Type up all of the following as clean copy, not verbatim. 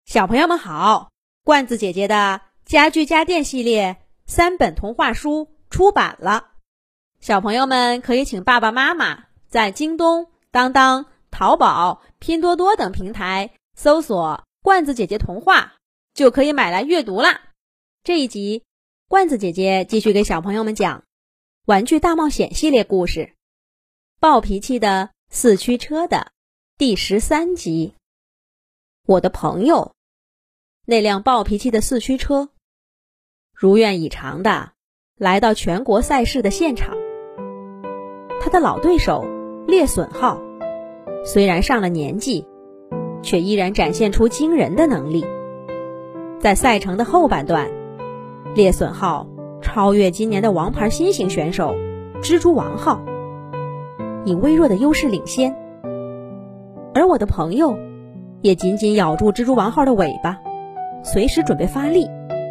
小朋友们好，罐子姐姐的家具家电系列3本童话书出版了，小朋友们可以请爸爸妈妈在京东、当当、淘宝、拼多多等平台搜索罐子姐姐童话，就可以买来阅读啦。这一集，罐子姐姐继续给小朋友们讲玩具大冒险系列故事，暴脾气的四驱车的第13集。我的朋友，那辆暴脾气的四驱车如愿以偿地来到全国赛事的现场。他的老对手猎隼号虽然上了年纪，却依然展现出惊人的能力。在赛程的后半段，猎隼号超越今年的王牌新型选手蜘蛛王号，以微弱的优势领先。而我的朋友也紧紧咬住蜘蛛王号的尾巴，随时准备发力。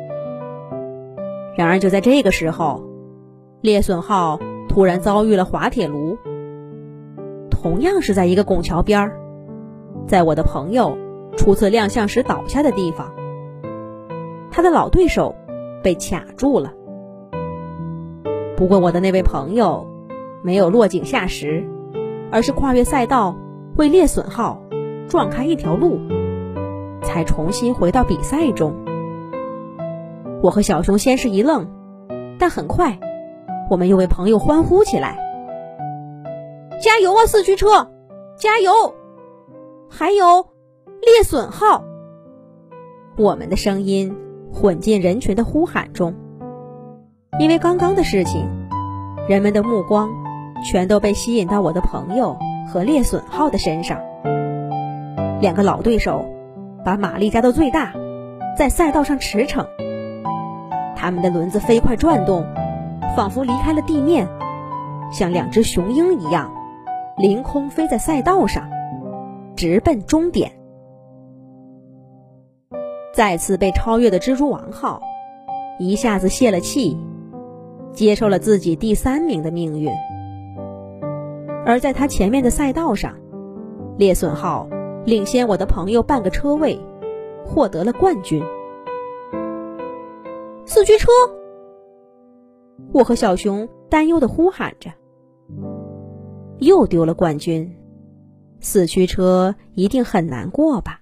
然而就在这个时候，猎隼号突然遭遇了滑铁卢，同样是在一个拱桥边，在我的朋友初次亮相时倒下的地方，他的老对手被卡住了。不过我的那位朋友没有落井下石，而是跨越赛道为猎隼号撞开一条路，才重新回到比赛中。我和小熊先是一愣，但很快我们又为朋友欢呼起来。加油啊，四驱车！加油！还有猎隼号！我们的声音混进人群的呼喊中。因为刚刚的事情，人们的目光全都被吸引到我的朋友和猎隼号的身上。两个老对手把马力加到最大，在赛道上驰骋。他们的轮子飞快转动，仿佛离开了地面，像两只雄鹰一样凌空飞在赛道上，直奔终点。再次被超越的蜘蛛王号一下子泄了气，接受了自己第3名的命运。而在他前面的赛道上，猎隼号领先我的朋友半个车位，获得了冠军。四驱车！我和小熊担忧地呼喊着。又丢了冠军，四驱车一定很难过吧？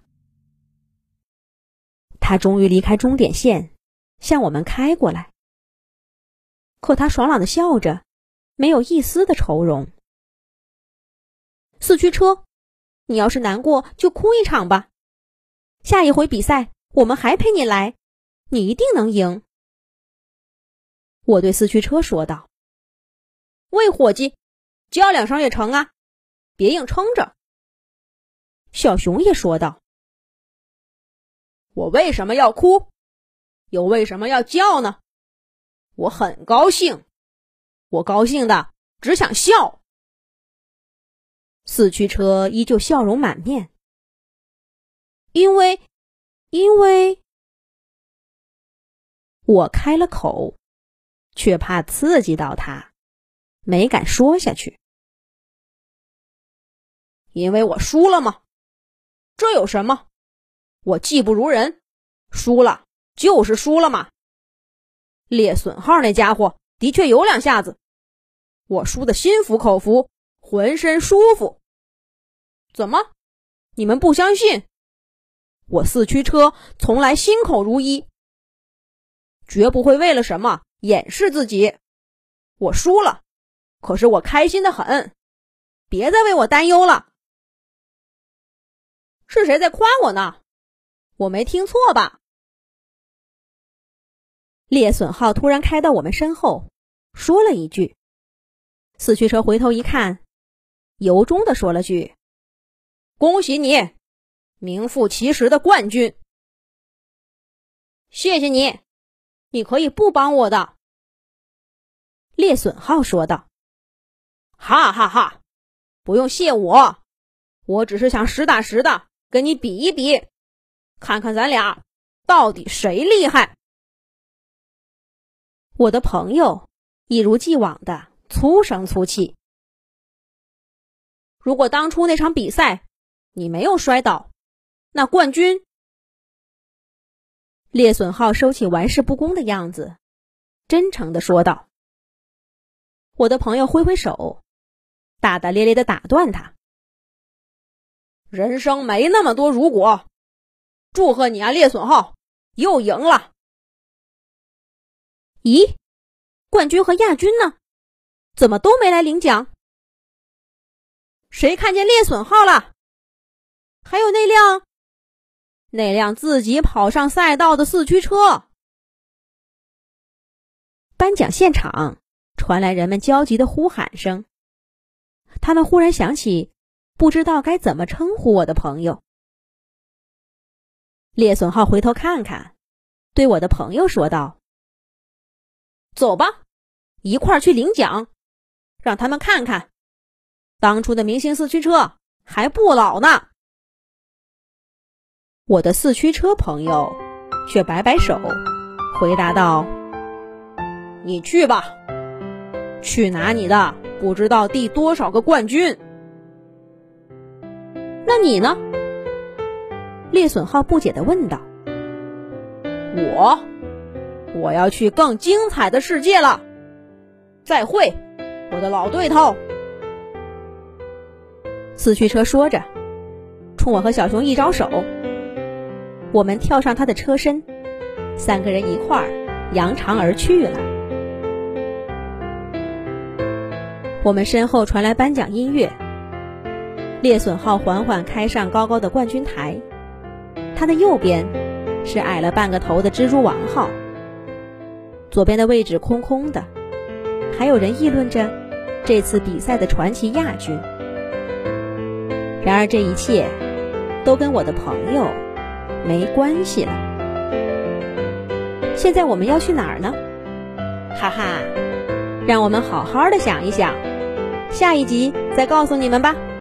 他终于离开终点线，向我们开过来。可他爽朗地笑着，没有一丝的愁容。四驱车，你要是难过就哭一场吧，下一回比赛我们还陪你来，你一定能赢。我对四驱车说道。喂伙计，叫2声也成啊，别硬撑着。小熊也说道。我为什么要哭？又为什么要叫呢？我很高兴，我高兴的只想笑。四驱车依旧笑容满面。因为我开了口，却怕刺激到他，没敢说下去。因为我输了吗？这有什么？我技不如人，输了就是输了嘛。猎隼号那家伙的确有2下子，我输得心服口服，浑身舒服。怎么？你们不相信？我四驱车从来心口如一，绝不会为了什么掩饰自己。我输了，可是我开心得很，别再为我担忧了。是谁在夸我呢？我没听错吧？猎隼号突然开到我们身后，说了一句。四驱车回头一看，由衷地说了句：恭喜你，名副其实的冠军。谢谢你，你可以不帮我的。猎隼号说道。哈哈哈，不用谢我，我只是想实打实的跟你比一比，看看咱俩到底谁厉害。我的朋友一如既往的粗声粗气。如果当初那场比赛你没有摔倒，那冠军猎隼号收起玩世不恭的样子，真诚地说道。我的朋友挥挥手，大大咧咧地打断他。人生没那么多如果，祝贺你啊，猎隼号，又赢了。咦，冠军和亚军呢？怎么都没来领奖？谁看见猎隼号了？还有那辆自己跑上赛道的四驱车。颁奖现场传来人们焦急的呼喊声，他们忽然想起不知道该怎么称呼我的朋友。猎隼号回头看看，对我的朋友说道：走吧，一块儿去领奖，让他们看看当初的明星四驱车还不老呢。我的四驱车朋友却摆摆手，回答道：你去吧，去拿你的不知道第多少个冠军。那你呢？猎隼号不解地问道。我要去更精彩的世界了，再会，我的老对头。四驱车说着，冲我和小熊一招手，我们跳上他的车身，3个人一块儿扬长而去了。我们身后传来颁奖音乐，猎隼号缓缓开上高高的冠军台，他的右边是矮了半个头的蜘蛛王号，左边的位置空空的，还有人议论着这次比赛的传奇亚军。然而这一切都跟我的朋友没关系了。现在我们要去哪儿呢？哈哈，让我们好好的想一想，下一集再告诉你们吧。